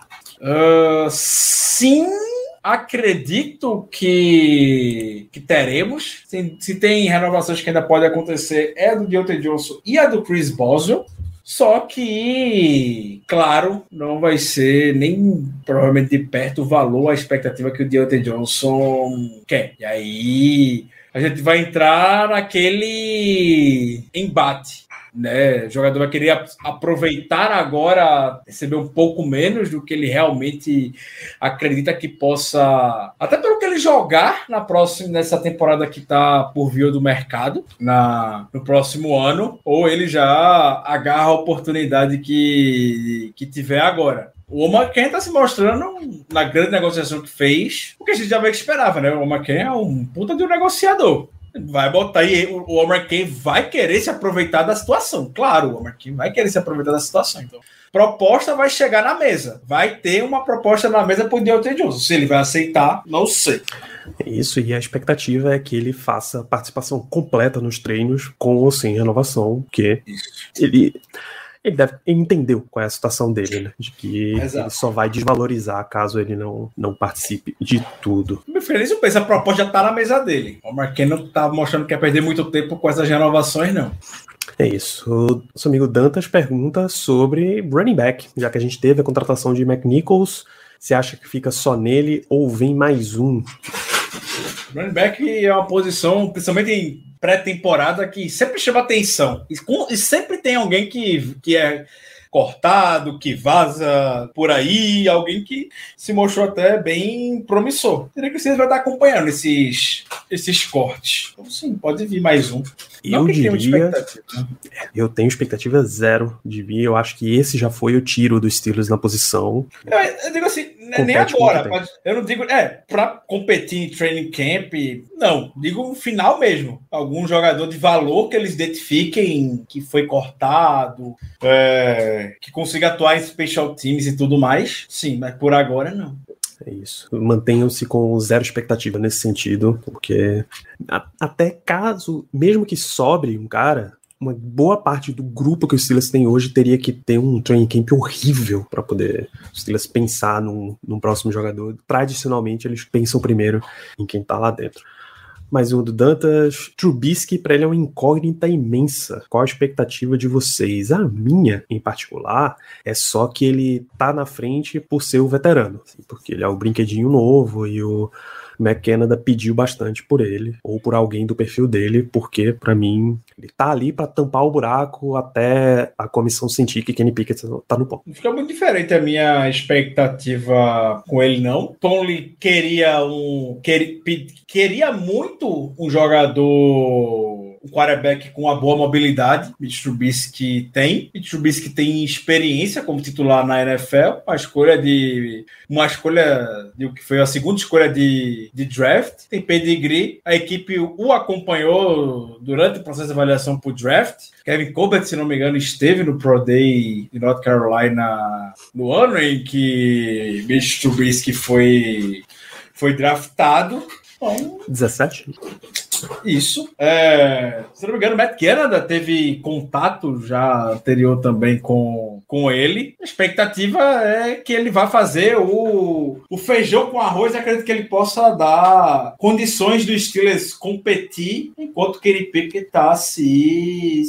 sim. Acredito que teremos. Se tem renovações que ainda podem acontecer, é a do Deontay Johnson e a do Chris Boswell. Só que, claro, não vai ser nem provavelmente de perto o valor, a expectativa que o Deontay Johnson quer. E aí a gente vai entrar naquele embate. Né? O jogador vai querer aproveitar agora, receber um pouco menos do que ele realmente acredita que possa, até pelo que ele jogar nessa temporada que está por vir do mercado, no próximo ano, ou ele já agarra a oportunidade que tiver agora. O Omar Ken está se mostrando na grande negociação que fez, o que a gente já meio que esperava, né? O Omar Ken é um puta de um negociador. Vai botar aí, o Omar Ken vai querer se aproveitar da situação. Claro, o Omar Ken vai querer se aproveitar da situação. Então, proposta vai chegar na mesa. Vai ter uma proposta na mesa por Deontay Johnson. Se ele vai aceitar, não sei. Isso, e a expectativa é que ele faça participação completa nos treinos, com ou sem renovação, porque ele entendeu qual é a situação dele, né? De que ele só vai desvalorizar caso ele não participe de tudo. Meu filho, isso pensa, a proposta já tá na mesa dele. O Omar Ken não tá mostrando que quer perder muito tempo com essas renovações, não. É isso. O nosso amigo Dantas pergunta sobre running back, já que a gente teve a contratação de McNichols, você acha que fica só nele ou vem mais um? Running back é uma posição, principalmente em pré-temporada, que sempre chama atenção. E sempre tem alguém que é cortado, que vaza por aí, alguém que se mostrou até bem promissor. Teria que vocês vai estar acompanhando esses cortes. Então, sim, pode vir mais um. Eu tenho expectativa zero de vir. Eu acho que esse já foi o tiro dos Steelers na posição. Eu digo assim, Nem agora. Eu não digo... para competir em training camp, não. Digo no final mesmo. Algum jogador de valor que eles identifiquem que foi cortado, que consiga atuar em special teams e tudo mais. Sim, mas por agora não. É isso. Mantenham-se com zero expectativa nesse sentido, porque até caso, mesmo que sobre um cara, uma boa parte do grupo que os Steelers tem hoje teria que ter um training camp horrível para poder os Steelers pensar num próximo jogador. Tradicionalmente, eles pensam primeiro em quem tá lá dentro. Mais um do Dantas. Trubisky, para ele é uma incógnita imensa. Qual a expectativa de vocês? A minha, em particular, é só que ele tá na frente por ser o veterano, assim, porque ele é o brinquedinho novo e o McKenna pediu bastante por ele, ou por alguém do perfil dele, porque, pra mim, ele tá ali pra tampar o buraco até a comissão sentir que Kenny Pickett tá no ponto. Fica muito diferente a minha expectativa com ele, não. Tomlin queria muito um jogador... um quarterback com uma boa mobilidade. Mitch Trubisky tem. Mitch Trubisky tem experiência como titular na NFL. Uma escolha de o que foi a segunda escolha de draft. Tem pedigree. A equipe o acompanhou durante o processo de avaliação para o draft. Kevin Colbert, se não me engano, esteve no Pro Day de North Carolina no ano em que Mitch Trubisky foi draftado. Bom, 17? Isso. Se não me engano, o Matt Canada teve contato já anterior também com ele. A expectativa é que ele vá fazer o feijão com arroz e acredito que ele possa dar condições dos Steelers competir enquanto o Kenny Pickett está se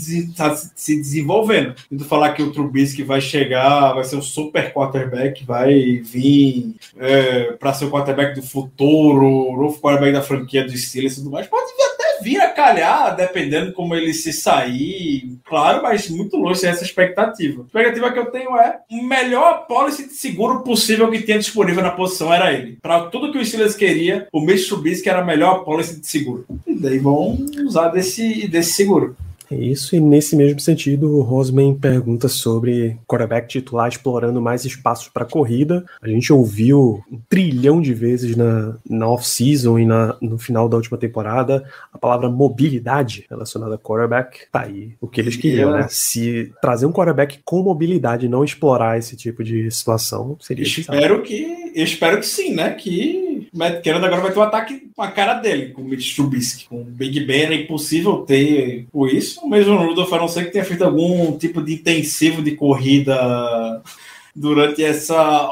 desenvolvendo. Tento falar que o Trubisky vai chegar, vai ser um super quarterback, vai vir para ser o quarterback do futuro, o novo quarterback da franquia dos Steelers e tudo mais. Pode até vir a calhar, dependendo como ele se sair, claro, mas muito longe dessa expectativa. A expectativa que eu tenho é o melhor policy de seguro possível que tinha disponível na posição era ele. Para tudo que o Steelers queria, o Mitch Trubisky era a melhor policy de seguro. E daí vão usar desse seguro. É isso, e nesse mesmo sentido, o Rosman pergunta sobre quarterback titular explorando mais espaços para corrida. A gente ouviu 1 trilhão de vezes na off-season e no final da última temporada a palavra mobilidade relacionada a quarterback. Tá aí o que eles queriam, né? Se trazer um quarterback com mobilidade e não explorar esse tipo de situação, seria Eu espero que sim, né? Que o Matt Canada agora vai ter um ataque com a cara dele, com o Mitch Trubisky. Com o Big Ben era impossível ter isso. O mesmo Rudolph, a não ser que tenha feito algum tipo de intensivo de corrida durante essa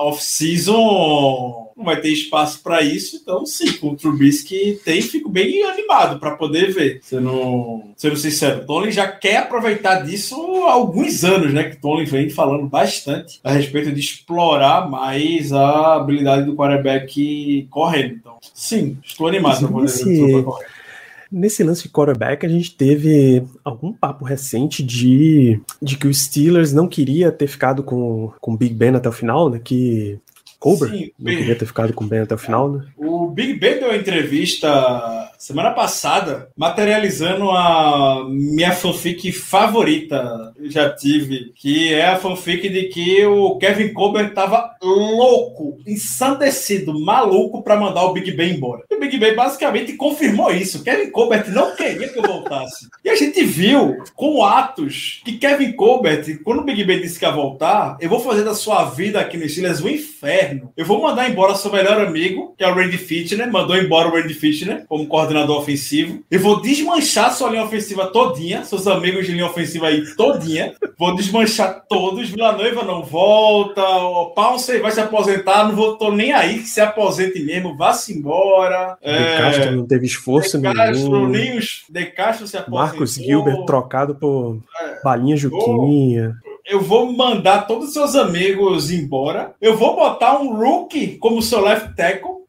off-season, não vai ter espaço para isso. Então, sim, com o Trubisky fico bem animado para poder ver. Sendo sincero, Tomlin já quer aproveitar disso há alguns anos, né? Que Tomlin vem falando bastante a respeito de explorar mais a habilidade do quarterback correndo. Então, sim, estou animado para poder ver o correndo. Nesse lance de quarterback, a gente teve algum papo recente de que o Steelers não queria ter ficado com o Big Ben até o final, né? Que Colbert não queria ter ficado com o Ben até o final, né? O Big Ben deu uma entrevista semana passada, materializando a minha fanfic favorita que eu já tive, que é a fanfic de que o Kevin Colbert tava louco, ensandecido, maluco pra mandar o Big Ben embora. E o Big Ben basicamente confirmou isso. Kevin Colbert não queria que eu voltasse. E a gente viu com atos que Kevin Colbert, quando o Big Ben disse que ia voltar, eu vou fazer da sua vida aqui no Steelers um inferno. Eu vou mandar embora seu melhor amigo, que é o Randy Fitchner, mandou embora o Randy Fitchner como coordenador ofensivo. Eu vou desmanchar sua linha ofensiva todinha, seus amigos de linha ofensiva aí todinha. Vou desmanchar todos. Villanueva não volta, o Pounce vai se aposentar, não tô nem aí que se aposente mesmo, vá-se embora. De Castro não teve esforço nenhum. De Castro se aposentou. Marcus Gilbert trocado por Balinha Juquinha. Eu vou mandar todos os seus amigos embora. Eu vou botar um rookie como seu left tackle.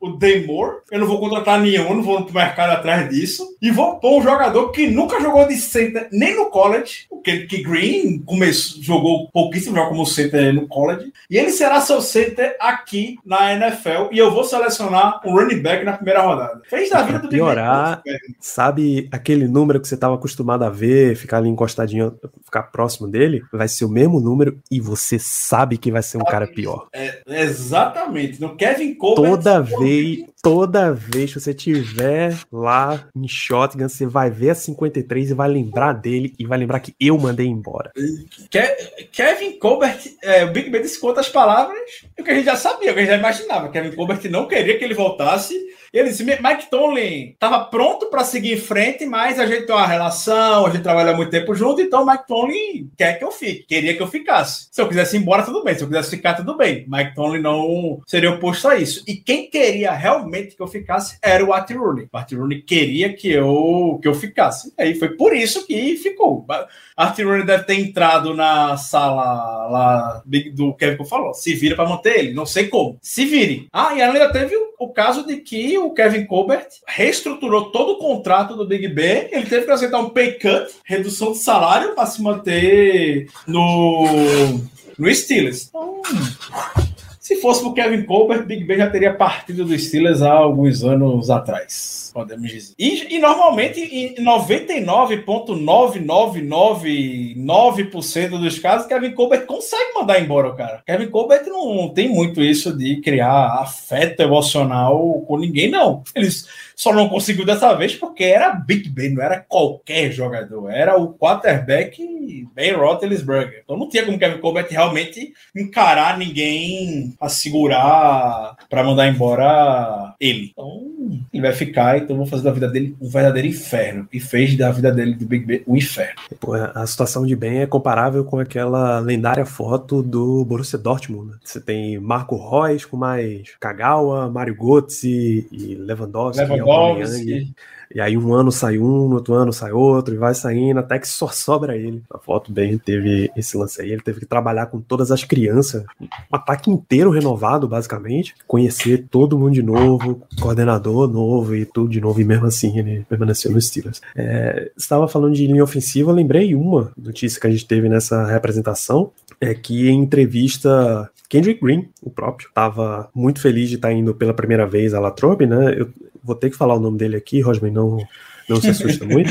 o Daymore, eu não vou contratar nenhum, não vou pro mercado atrás disso, e vou pôr um jogador que nunca jogou de center nem no college, o que Green jogou pouquíssimo jogo como center no college, e ele será seu center aqui na NFL, e eu vou selecionar um running back na primeira rodada. Fez da vida do piorar, sabe aquele número que você estava acostumado a ver, ficar ali encostadinho, ficar próximo dele, vai ser o mesmo número e você sabe que vai ser um cara pior. Exatamente. No Kevin Colbert... Toda vez que você tiver lá em shotgun, você vai ver a 53 e vai lembrar dele e vai lembrar que eu mandei embora. Kevin Colbert, o Big Ben disse com outras palavras, o que a gente já sabia, o que a gente já imaginava. Kevin Colbert não queria que ele voltasse. Ele disse, Mike Tomlin estava pronto para seguir em frente, mas a gente tem uma relação, a gente trabalha muito tempo junto, então Mike Tomlin quer que eu fique, queria que eu ficasse. Se eu quisesse ir embora, tudo bem. Se eu quisesse ficar, tudo bem. Mike Tomlin não seria oposto a isso. E quem queria realmente que eu ficasse era o Art Rooney. O Art Rooney queria que eu ficasse. E aí foi por isso que ficou. Art Rooney deve ter entrado na sala lá do Kevin que falou. Se vira para manter ele. Não sei como. Se vire. E ainda teve o caso de que o Kevin Colbert reestruturou todo o contrato do Big Ben. Ele teve que aceitar um pay cut, redução de salário para se manter no Steelers. Então, se fosse pro Kevin Colbert, Big Ben já teria partido do Steelers há alguns anos atrás, podemos dizer. E normalmente, em 99,9999% dos casos, Kevin Colbert consegue mandar embora o cara. Kevin Colbert não tem muito isso de criar afeto emocional com ninguém, não. Eles só não conseguiu dessa vez porque era Big Ben, não era qualquer jogador. Era o quarterback Ben Roethlisberger. Então não tinha como Kevin Colbert realmente encarar ninguém a segurar para mandar embora ele. Então ele vai ficar, então vou fazer da vida dele um verdadeiro inferno. E fez da vida dele do Big Ben um inferno. Pô, a situação de Ben é comparável com aquela lendária foto do Borussia Dortmund. Né? Você tem Marco Reus com mais Kagawa, Mario Götze e Lewandowski. E aí um ano sai um, no outro ano sai outro, e vai saindo até que só sobra ele. A foto bem teve esse lance aí, ele teve que trabalhar com todas as crianças, um ataque inteiro renovado, basicamente, conhecer todo mundo de novo, coordenador novo e tudo de novo, e mesmo assim ele permaneceu no Steelers. Você estava falando de linha ofensiva, eu lembrei uma notícia que a gente teve nessa representação, que em entrevista Kendrick Green, o próprio, estava muito feliz de estar indo pela primeira vez à Latrobe, né? Eu vou ter que falar o nome dele aqui, Rosman, não se assusta muito.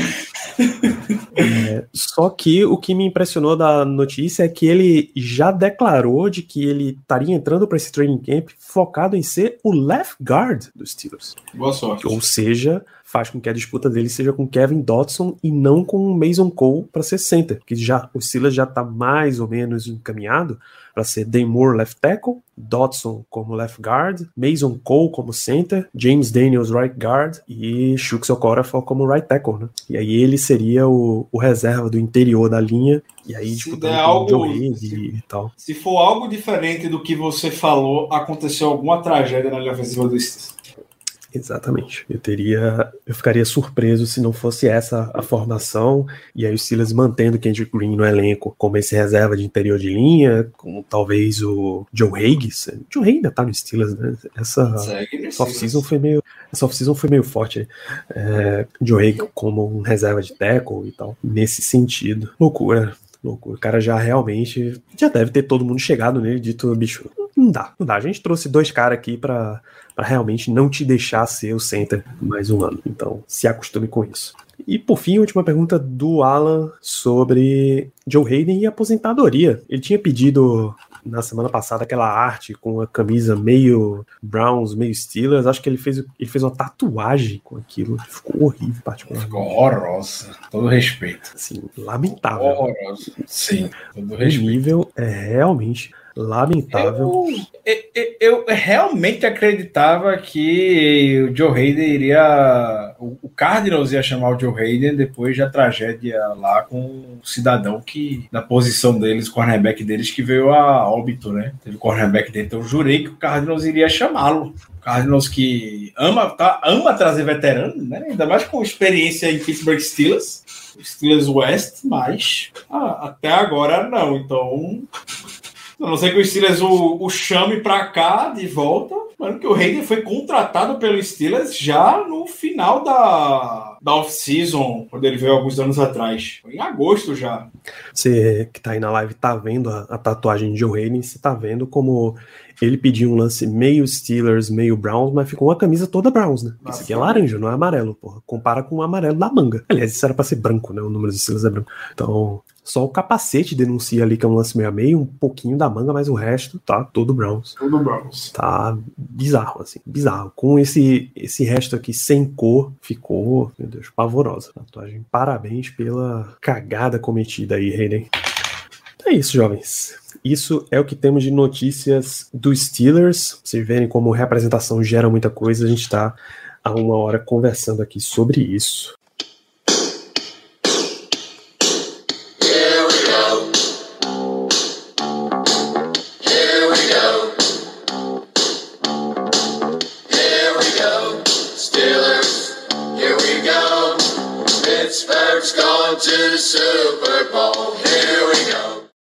Só que o que me impressionou da notícia é que ele já declarou de que ele estaria entrando para esse training camp focado em ser o left guard dos Steelers. Boa sorte. Ou seja, faz com que a disputa dele seja com Kevin Dotson e não com Mason Cole para ser center, que o Steelers já está mais ou menos encaminhado para ser Daymore left tackle, Dotson como left guard, Mason Cole como center, James Daniels right guard e Chuks Okorafor como right tackle, né? E aí ele seria o reserva do interior da linha, e aí disputando com o Joe Hayden e tal. Se for algo diferente do que você falou, aconteceu alguma tragédia na linha ofensiva do Steelers. Exatamente. Eu ficaria surpreso se não fosse essa a formação, e aí o Steelers mantendo Kendrick Green no elenco como esse reserva de interior de linha, como talvez o Joe Hayes. Joe Hayes ainda tá no Steelers, né? Essa off-season foi meio forte. Joe Hayes como um reserva de tackle e tal, nesse sentido. Loucura. O cara já deve ter todo mundo chegado nele e dito, bicho, não dá. A gente trouxe 2 caras aqui pra realmente não te deixar ser o center mais um ano. Então, se acostume com isso. E, por fim, a última pergunta do Alan sobre Joe Hayden e aposentadoria. Ele tinha pedido, na semana passada, aquela arte com a camisa meio Browns, meio Steelers. Acho que ele fez uma tatuagem com aquilo. Ficou horrível, particularmente. Ficou horrorosa. Todo respeito. Assim, lamentável. Horrorosa. Sim, todo respeito. O nível é realmente lamentável. Eu realmente acreditava que o Joe Hayden iria... O Cardinals ia chamar o Joe Hayden depois da tragédia lá com o cidadão que, na posição deles, o cornerback deles, que veio a óbito, né? Teve o cornerback dele. Então eu jurei que o Cardinals iria chamá-lo. O Cardinals que ama trazer veterano, né? Ainda mais com experiência em Pittsburgh Steelers West, mas até agora não. Então A não ser que o Steelers o chame pra cá de volta. Mano, que o Hayden foi contratado pelo Steelers já no final da off-season, quando ele veio alguns anos atrás. Foi em agosto já. Você que tá aí na live tá vendo a tatuagem de Joe Hayden, você tá vendo como ele pediu um lance meio Steelers, meio Browns, mas ficou uma camisa toda Browns, né? Isso aqui é laranja, não é amarelo, porra. Compara com o amarelo da manga. Aliás, isso era pra ser branco, né? O número dos Steelers é branco. Então, só o capacete denuncia ali que é um lance meio a meio, um pouquinho da manga, mas o resto tá todo Browns. Tudo Browns. Tá bizarro, assim, bizarro. Com esse resto aqui sem cor, ficou, meu Deus, pavorosa. Tatuagem, parabéns pela cagada cometida aí, Hayden. É isso, jovens. Isso é o que temos de notícias do Steelers. Vocês verem como representação gera muita coisa. A gente tá há uma hora conversando aqui sobre isso.